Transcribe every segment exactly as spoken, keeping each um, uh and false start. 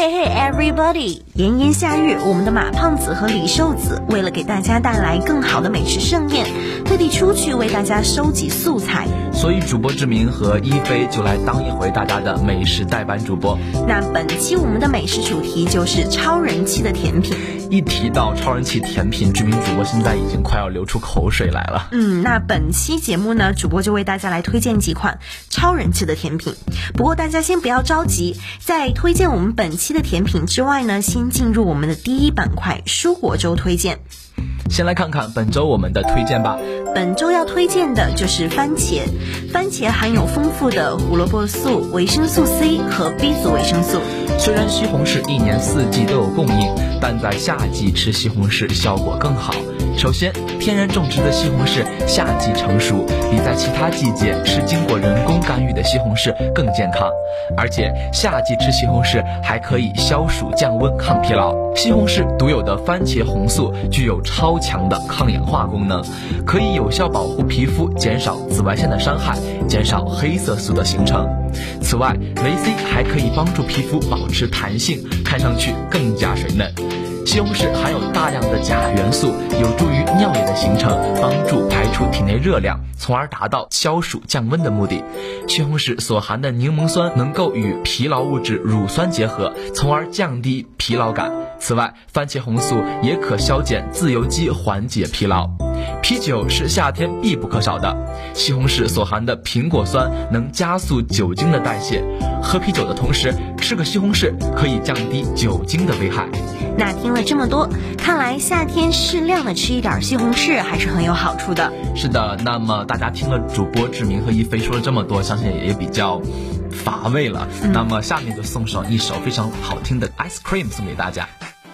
嘿嘿 everybody， 炎炎夏日，我们的马胖子和李瘦子为了给大家带来更好的美食盛宴，特地出去为大家收集素材， 所以主播志明和一菲就来当一回大家的美食代班主播。 那本期我们的美食主题就是超人气的甜品。 一提到超人气甜品，志明主播现在已经快要流出口水来了。 嗯，那本期节目呢，主播就为大家来推荐几款超人气的甜品。不过大家先不要着急，在推荐我们本期的甜品之外呢，先进入我们的第一板块蔬果周推荐。 先来看看本周我们的推荐吧。 本周要推荐的就是番茄。番茄含有丰富的胡萝卜素、维生素 C 和 B 族维生素。 虽然西红柿一年四季都有供应，但在夏季吃西红柿效果更好。首先，天然种植的西红柿夏季成熟，比在其他季节吃经过人工干预的西红柿更健康。而且夏季吃西红柿还可以消暑降温、抗疲劳。西红柿独有的番茄红素具有超强的抗氧化功能，可以有效保护皮肤，减少紫外线的伤害，减少黑色素的形成。此外，维 C 还可以帮助皮肤保持弹性，看上去更加水嫩。西红柿含有大量的钾元素，有助于尿液的形成，帮助排出体内热量，从而达到消暑降温的目的。西红柿所含的柠檬酸能够与疲劳物质乳酸结合，从而降低疲劳感。此外，番茄红素也可消减自由基，缓解疲劳。啤酒是夏天必不可少的，西红柿所含的苹果酸能加速酒精的代谢，喝啤酒的同时吃个西红柿可以降低酒精的危害。 那听了这么多，看来夏天适量的吃一点西红柿还是很有好处的。 是的，那么大家听了主播志明和一菲说了这么多，相信也比较乏味了、嗯、那么下面就送上一首非常好听的 Ice Cream 送给大家。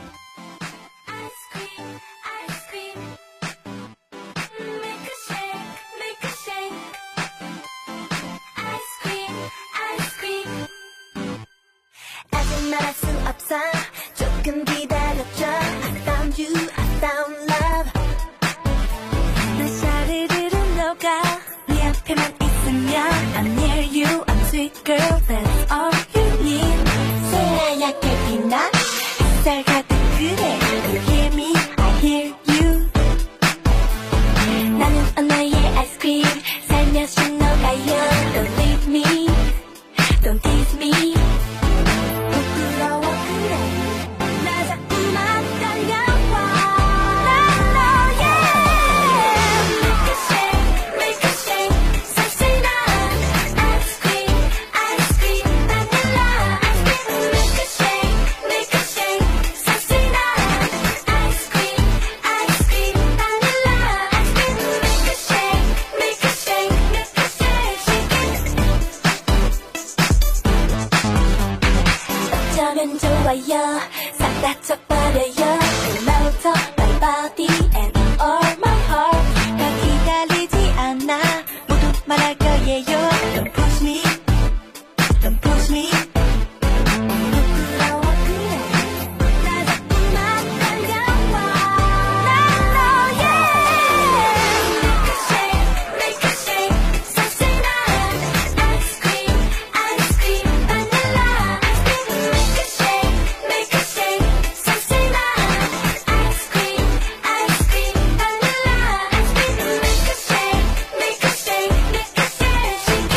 조금 기다렸죠. I found you, I found love. 내 샤르르르 녹아 네 앞에만 있으면 I'm near you, I'm sweet girl, that's all you need. 새하얗게 빛나 햇살 가득 그래. You hear me, I hear you. 나는 언어의 아이스크림 살며시 녹아요. Don't leave me, don't tease me. 어쩌면 좋아요 싹다 쳐버려요 Melt up my body and all my heart 더 기다리지 않아 모두 말할 거예요 Don't push me Don't push me 부끄러워 그래 나 자꾸만 당겨와 난 너의 Make a shake, make a shake 쏟지마 Ice cream, ice cream, vanilla Make a shake, make a shake, 쏟지마 Ice cream, ice cream, vanilla Make a shake, make a shake, make a shake, shake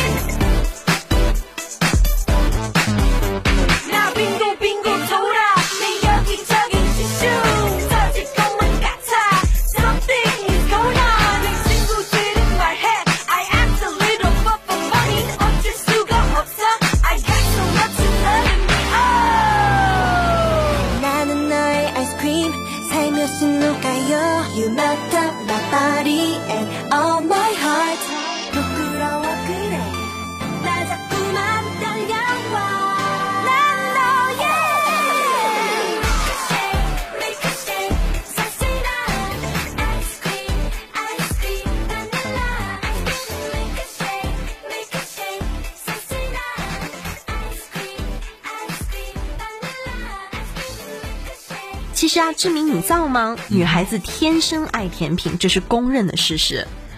it 나 빙글빙글 돌아 내 여기저기 슈슈 터질 것만 같아 Something is going on 내 친구들은 말해 I act a little but for money 어쩔 수가 없어 I got so much loving me oh 나는 너의 아이스크림 살며시 녹아요 You melt up my body and all my heart 부끄러워 그래 나 자꾸만 달려와 난 너의 Make a shake, make a shake 쏟지마 Ice cream, ice cream, vanilla Make a shake, make a shake 쏟지마 Ice cream, ice cream, vanilla Make a shake 其实啊，志明你造吗？女孩子天生爱甜品，这是公认的事实。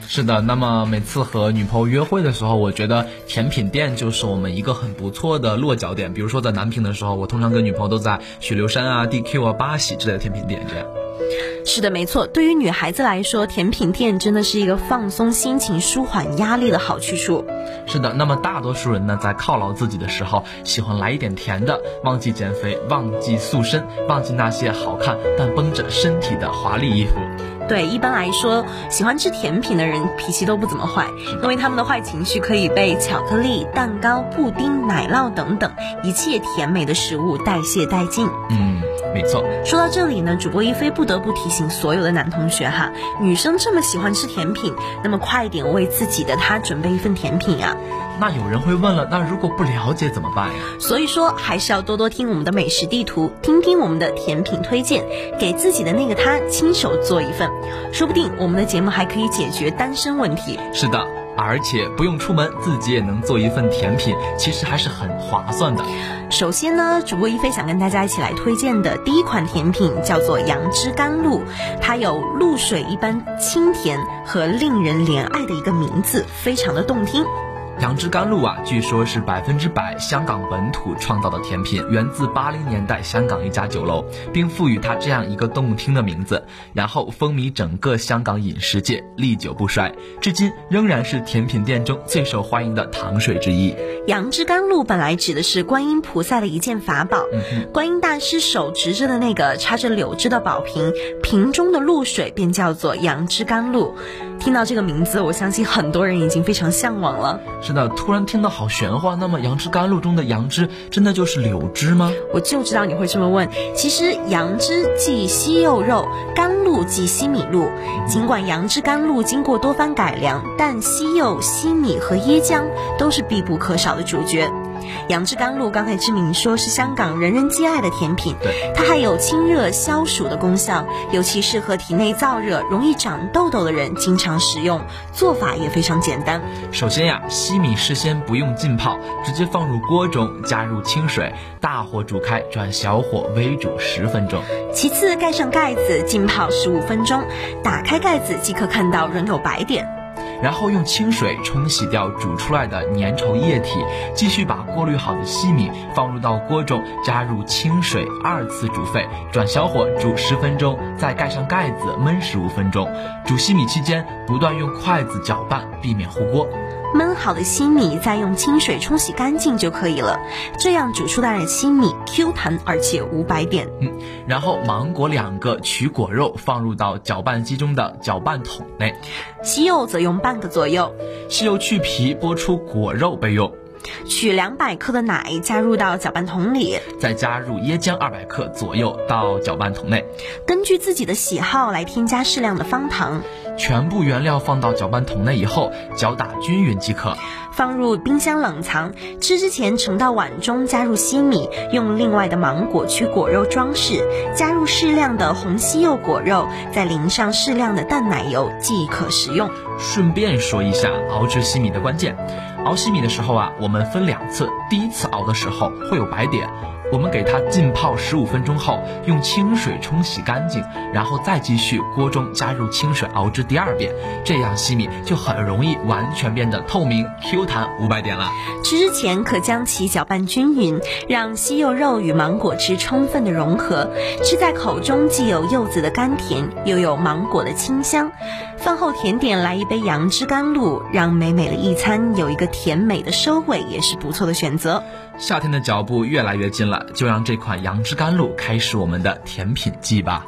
是的，那么每次和女朋友约会的时候，我觉得甜品店就是我们一个很不错的落脚点。比如说在南平的时候，我通常跟女朋友都在雪流山啊、D Q 啊、八喜之类的甜品店这样。 是的，没错。对于女孩子来说，甜品店真的是一个放松心情、舒缓压力的好去处。 是的，那么大多数人呢，在犒劳自己的时候，喜欢来一点甜的，忘记减肥，忘记塑身，忘记那些好看但绷着身体的华丽衣服。 对，一般来说，喜欢吃甜品的人脾气都不怎么坏，因为他们的坏情绪可以被巧克力、蛋糕、布丁、奶酪等等一切甜美的食物代谢殆尽。 嗯，没错。 说到这里呢，主播一菲不得不提醒所有的男同学哈，女生这么喜欢吃甜品，那么快点为自己的他准备一份甜品啊。 那有人会问了，那如果不了解怎么办呀？ 所以说还是要多多听我们的美食地图，听听我们的甜品推荐，给自己的那个他亲手做一份，说不定我们的节目还可以解决单身问题。 是的，而且不用出门，自己也能做一份甜品，其实还是很划算的。 首先呢，主播一菲想跟大家一起来推荐的第一款甜品叫做杨枝甘露，它有露水一般清甜和令人怜爱的一个名字，非常的动听。 杨枝甘露啊，据说是百分之百香港本土创造的甜品，源自八零年代香港一家酒楼，并赋予它这样一个动听的名字，然后风靡整个香港饮食界，历久不衰，至今仍然是甜品店中最受欢迎的糖水之一。 杨枝甘露本来指的是观音菩萨的一件法宝， 嗯、 观音大师手执着的那个插着柳枝的宝瓶，瓶中的露水便叫做杨枝甘露。听到这个名字，我相信很多人已经非常向往了。 是的，突然听到好玄幻。那么杨枝甘露中的杨枝真的就是柳枝吗？ 我就知道你会这么问。其实杨枝即西柚肉，甘露即西米露。尽管杨枝甘露经过多番改良，但西柚、西米和椰浆都是必不可少的主角。杨枝甘露刚才志明说是香港人人皆爱的甜品， 对， 它还有清热消暑的功效，尤其适合体内燥热、容易长痘痘的人经常食用，做法也非常简单。 首先呀，西米事先不用浸泡，直接放入锅中，加入清水，大火煮开，转小火煨煮十分钟。 其次盖上盖子，浸泡十五分钟，打开盖子即可看到仍有白点。 然后用清水冲洗掉煮出来的粘稠液体，继续把过滤好的西米放入到锅中，加入清水，二次煮沸，转小火煮十分钟，再盖上盖子焖十五分钟。煮西米期间，不断用筷子搅拌，避免糊锅。 焖好的西米再用清水冲洗干净就可以了，这样煮出来的西米 Q 弹而且无白点。 嗯，然后芒果两个取果肉放入到搅拌机中的搅拌桶内， 西柚则用半个左右， 西柚去皮剥出果肉备用。 取两百克的奶加入到搅拌桶里， 再加入椰浆二百克左右到搅拌桶内， 根据自己的喜好来添加适量的方糖。 全部原料放到搅拌桶内以后，搅打均匀即可。 放入冰箱冷藏，吃之前盛到碗中，加入西米，用另外的芒果取果肉装饰，加入适量的红西柚果肉，再淋上适量的淡奶油即可食用。 顺便说一下熬制西米的关键，熬西米的时候啊，我们分两次，第一次熬的时候会有白点，我们给它浸泡十五分钟后，用清水冲洗干净，然后再继续锅中加入清水熬制第二遍，这样西米就很容易完全变得透明 Q 弹五百点了。 吃之前可将其搅拌均匀，让西柚肉与芒果汁充分的融合，吃在口中既有柚子的甘甜，又有芒果的清香。饭后甜点来一杯杨枝甘露，让美美的一餐有一个甜美的收尾，也是不错的选择。 夏天的脚步越来越近了，就让这款杨枝甘露开始我们的甜品季吧。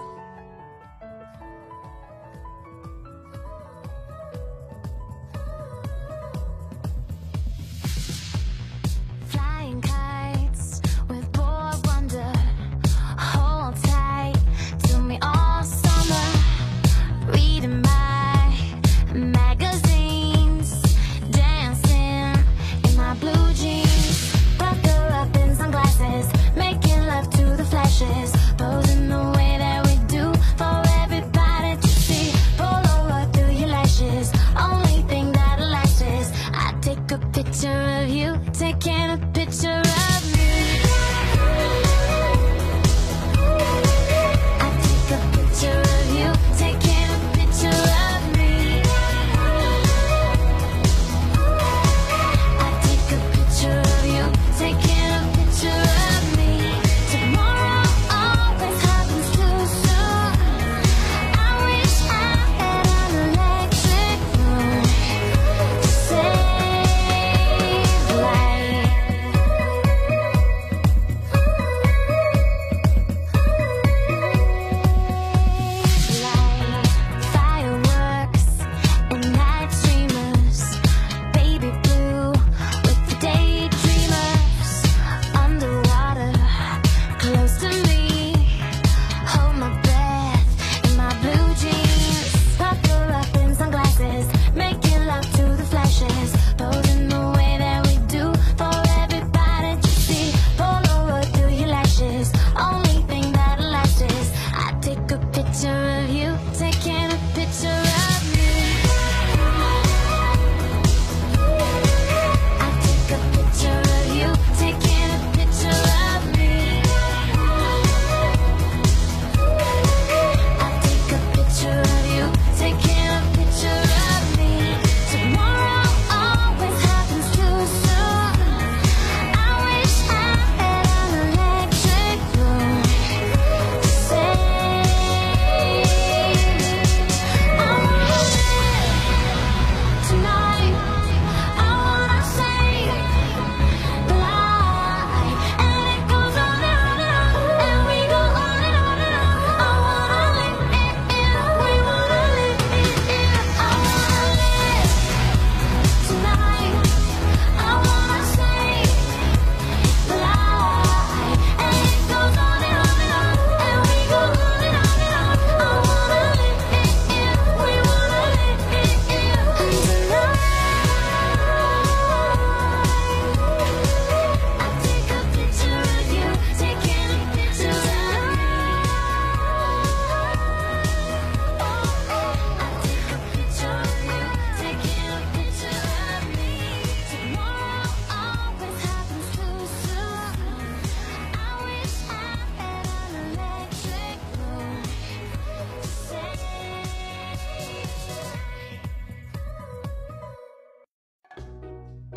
Posing the way that we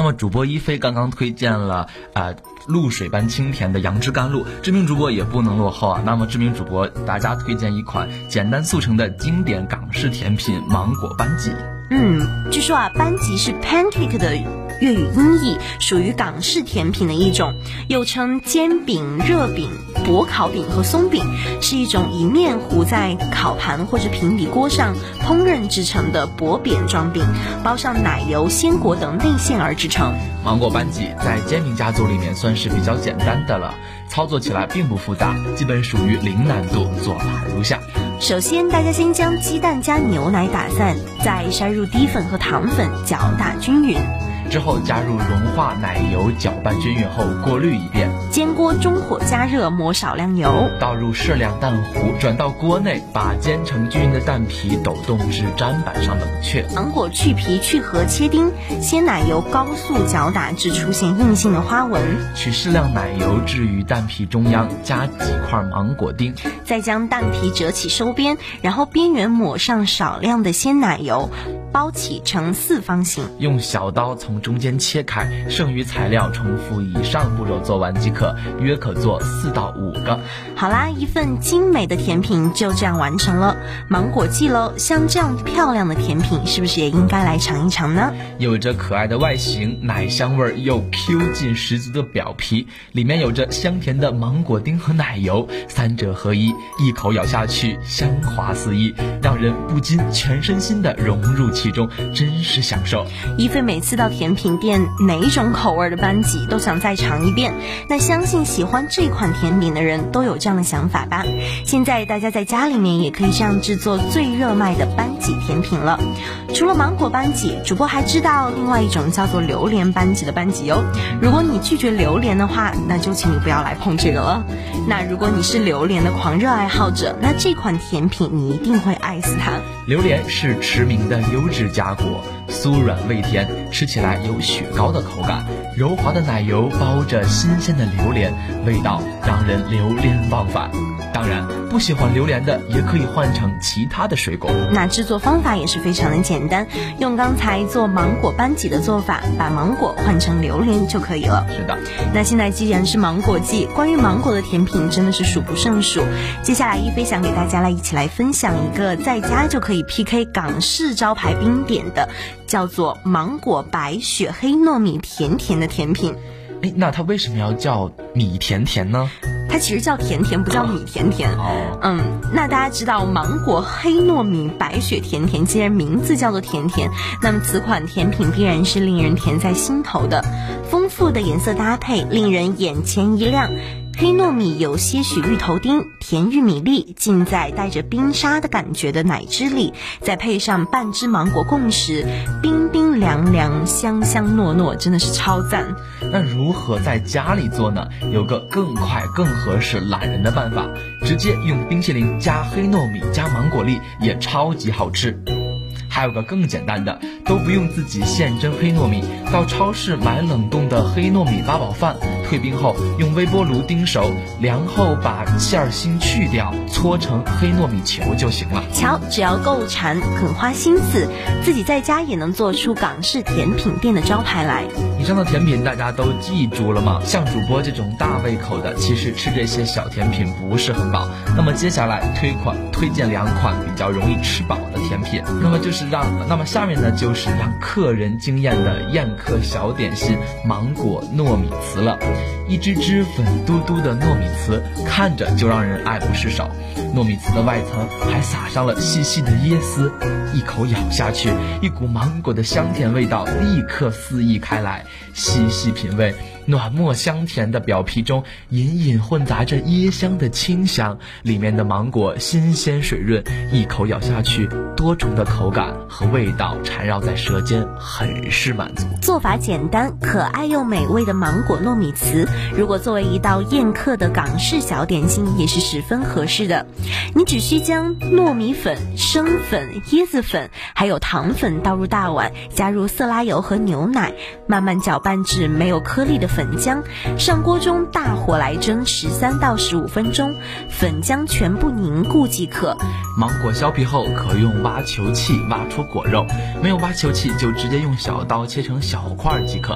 那么主播一菲刚刚推荐了呃露水般清甜的杨枝甘露，知名主播也不能落后啊。那么知名主播大家推荐一款简单速成的经典港式甜品芒果班戟。 嗯，据说啊，班戟是 pancake 的粤语音译，属于港式甜品的一种，又称煎饼、热饼、薄烤饼和松饼，是一种以面糊在烤盘或者平底锅上烹饪制成的薄扁状饼，包上奶油、鲜果等内馅而制成。 芒果班戟在煎饼家族里面算是比较简单的了，操作起来并不复杂，基本属于零难度。做法如下： 首先，大家先将鸡蛋加牛奶打散，再筛入低粉和糖粉，搅打均匀。 之后加入融化奶油，搅拌均匀后过滤一遍。 煎锅中火加热，抹少量油， 倒入适量蛋糊，转到锅内，把煎成均匀的蛋皮抖动至砧板上冷却。 芒果去皮去核切丁，鲜奶油高速搅打至出现硬性的花纹。 取适量奶油置于蛋皮中央，加几块芒果丁， 再将蛋皮折起收边，然后边缘抹上少量的鲜奶油，包起成四方形。 用小刀从中间切开，剩余材料重复以上步骤做完即可，约可做四到五个。 好啦，一份精美的甜品就这样完成了，芒果季喽！像这样漂亮的甜品，是不是也应该来尝一尝呢？ 有着可爱的外形，奶香味又 Q 劲十足的表皮，里面有着香甜的芒果丁和奶油，三者合一，一口咬下去，香滑四溢，让人不禁全身心的融入其中，真是享受。 一菲每次到甜品店，哪一种口味的班戟都想再尝一遍。那相信喜欢这款甜品的人都有这样的想法吧？现在大家在家里面也可以这样制作最热卖的班戟甜品了。除了芒果班戟，主播还知道另外一种叫做榴莲班戟的班戟哦。如果你拒绝榴莲的话，那就请你不要来碰这个了。那如果你是榴莲的狂热爱好者，那这款甜品你一定会爱死它。 榴莲是驰名的优质佳果，酥软味甜，吃起来有雪糕的口感，柔滑的奶油包着新鲜的榴莲，味道让人流连忘返。当然，不喜欢榴莲的也可以换成其他的水果。 那制作方法也是非常的简单，用刚才做芒果班戟的做法，把芒果换成榴莲就可以了。 是的。 那现在既然是芒果季，关于芒果的甜品真的是数不胜数。接下来一菲想给大家来一起来分享一个在家就可以 P K 港式招牌冰点的，叫做芒果白雪黑糯米甜甜的甜品。 诶，那它为什么要叫米甜甜呢？ 它其实叫甜甜，不叫米甜甜。 哦， 嗯，那大家知道芒果黑糯米白雪甜甜，既然名字叫做甜甜，那么此款甜品必然是令人甜在心头的。丰富的颜色搭配令人眼前一亮，黑糯米有些许芋头丁，甜玉米粒浸在带着冰沙的感觉的奶汁里，再配上半只芒果共食，冰冰凉凉，香香糯糯，真的是超赞。 那如何在家里做呢？有个更快更合适懒人的办法，直接用冰淇淋加黑糯米加芒果粒也超级好吃。还有个更简单的，都不用自己现蒸黑糯米，到超市买冷冻的黑糯米八宝饭，退冰后用微波炉叮熟，凉后把馅儿芯去掉，搓成黑糯米球就行了。 瞧，只要够馋，肯花心思，自己在家也能做出港式甜品店的招牌来。 以上的甜品大家都记住了吗？像主播这种大胃口的，其实吃这些小甜品不是很饱。那么接下来推款推荐两款比较容易吃饱的甜品，那么就是让那么下面呢就是让客人惊艳的宴客小点心芒果糯米糍了。一只只粉嘟嘟的糯米糍，看着就让人爱不释手。糯米糍的外层还撒上了细细的椰丝，一口咬下去，一股芒果的香甜味道立刻四溢开来。细细品味，暖糯香甜的表皮中隐隐混杂着椰香的清香，里面的芒果新鲜水润，一口咬下去，多重的口感和味道缠绕在舌尖，很是满足。 做法简单，可爱又美味的芒果糯米糍，如果作为一道宴客的港式小点心，也是十分合适的。你只需将糯米粉、生粉、椰子粉还有糖粉倒入大碗，加入色拉油和牛奶，慢慢搅拌至没有颗粒的粉浆，上锅中大火来蒸十三到十五分钟，粉浆全部凝固即可。 芒果削皮后可用挖球器挖出果肉，没有挖球器就直接用小刀切成小块即可。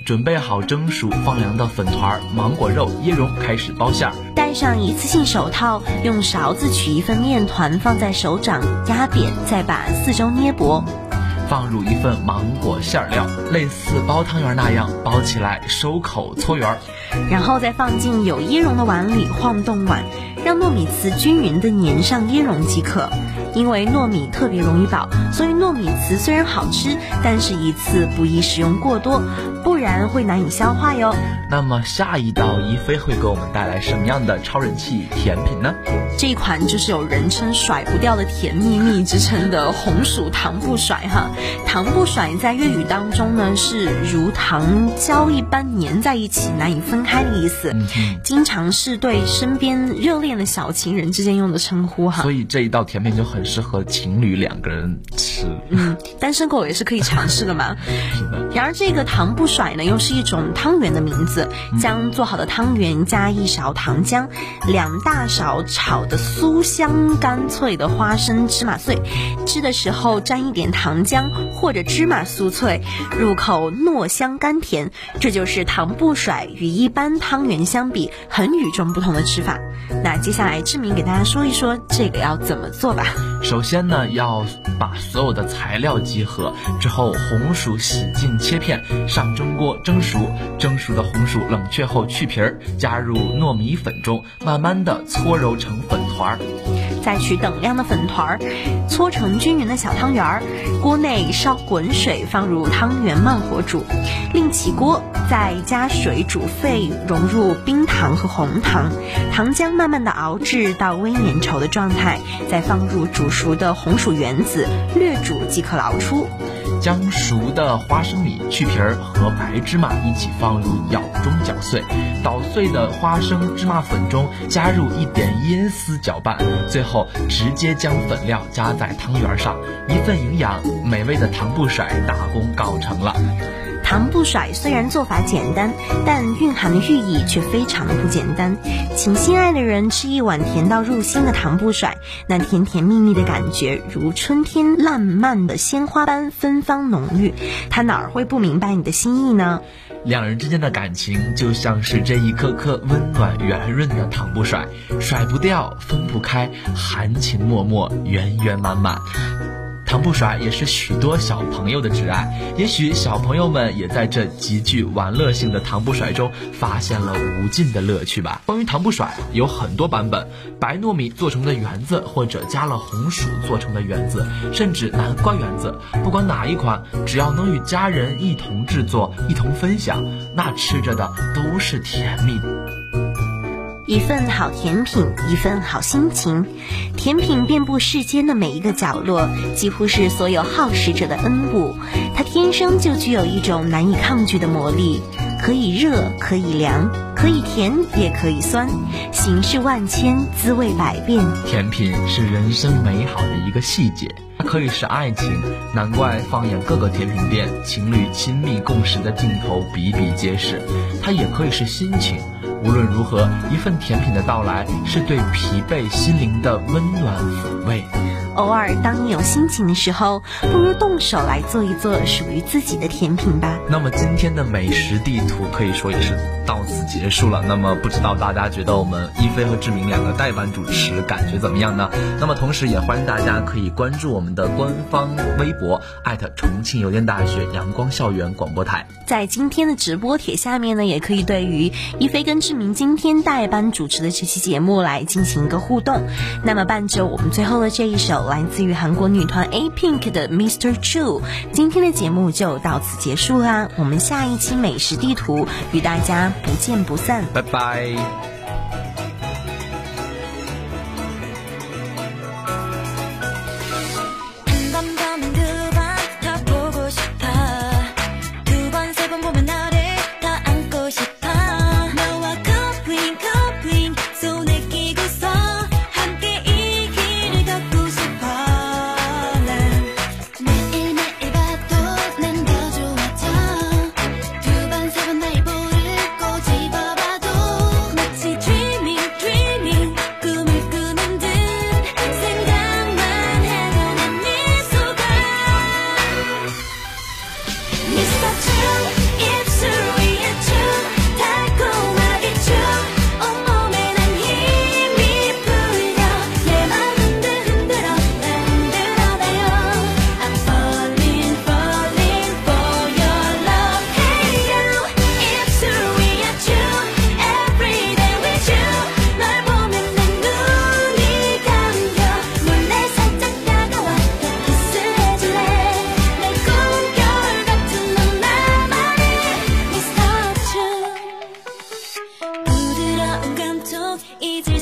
准备好蒸熟放凉的粉团、芒果肉、椰蓉，开始包馅儿。 戴上一次性手套，用勺子取一份面团放在手掌压扁，再把四周捏薄。 放入一份芒果馅料，类似包汤圆那样包起来，收口搓圆儿， 然后再放进有椰蓉的碗里晃动碗，让糯米糍均匀地粘上椰蓉即可。因为糯米特别容易饱，所以糯米糍虽然好吃，但是一次不宜食用过多，不然会难以消化哟。 那么下一道一菲会给我们带来什么样的超人气甜品呢？ 这一款就是有人称甩不掉的甜蜜蜜之称的红薯糖不甩哈。糖不甩在粤语当中呢是如糖胶一般粘在一起难以分开的意思， 嗯、 经常是对身边热恋的小情人之间用的称呼哈。 所以这一道甜品就很适合情侣两个人吃。 嗯，单身狗也是可以尝试的嘛。然而这个糖不甩呢又是一种汤圆的名字，将做好的汤圆加一勺糖浆，两大勺炒的酥香干脆的花生芝麻碎，吃的时候沾一点糖浆或者芝麻酥脆，入口糯香甘甜，这就是糖不甩与一般汤圆相比很与众不同的吃法。那接下来志明给大家说一说这个要怎么做吧。 首先呢，要把所有的材料集合之后，红薯洗净切片，上蒸锅蒸熟。蒸熟的红薯冷却后去皮儿，加入糯米粉中，慢慢的搓揉成粉团。 再取等量的粉团，搓成均匀的小汤圆儿。锅内烧滚水，放入汤圆慢火煮，另起锅，再加水煮沸，融入冰糖和红糖，糖浆慢慢的熬制到微粘稠的状态，再放入煮熟的红薯圆子，略煮即可捞出。 将熟的花生米去皮儿和白芝麻一起放入舀中搅碎，捣碎的花生芝麻粉中加入一点椰丝搅拌，最后直接将粉料加在汤圆上，一份营养美味的糖不甩大功告成了。 糖不甩虽然做法简单，但蕴含的寓意却非常的不简单。请心爱的人吃一碗甜到入心的糖不甩，那甜甜蜜蜜的感觉如春天烂漫的鲜花般芬芳浓郁，他哪儿会不明白你的心意呢？ 两人之间的感情就像是这一颗颗温暖圆润的糖不甩，甩不掉，分不开，含情脉脉，圆圆满满。糖不甩也是许多小朋友的挚爱，也许小朋友们也在这极具玩乐性的糖不甩中发现了无尽的乐趣吧。关于糖不甩有很多版本，白糯米做成的圆子，或者加了红薯做成的圆子，甚至南瓜圆子，不管哪一款，只要能与家人一同制作，一同分享，那吃着的都是甜蜜。 一份好甜品，一份好心情。甜品遍布世间的每一个角落，几乎是所有好食者的恩物。它天生就具有一种难以抗拒的魔力，可以热，可以凉，可以甜，也可以酸，形式万千，滋味百变。 甜品是人生美好的一个细节，它可以是爱情，难怪放眼各个甜品店，情侣亲密共食的镜头比比皆是。它也可以是心情，无论如何，一份甜品的到来是对疲惫心灵的温暖抚慰。 偶尔当你有心情的时候，不如动手来做一做属于自己的甜品吧。 那么今天的美食地图可以说也是到此结束了。那么不知道大家觉得我们一菲和志明两个代班主持感觉怎么样呢？那么同时也欢迎大家可以关注我们的官方微博艾特重庆邮电大学阳光校园广播台。 在今天的直播帖下面呢，也可以对于一菲跟志明今天代班主持的这期节目来进行一个互动。那么伴着我们最后的这一首来自于韩国女团 A Pink 的 Mister Chu， 今天的节目就到此结束啦。我们下一期美食地图与大家不见不散， 拜拜。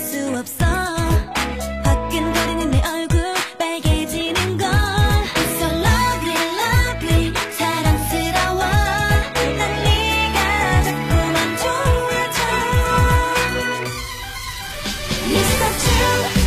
수 없어 화끈거리는 내 얼굴 빨개지는 건 It's so lovely lovely 사랑스러워 난 네가 자꾸만 좋아져 It's so true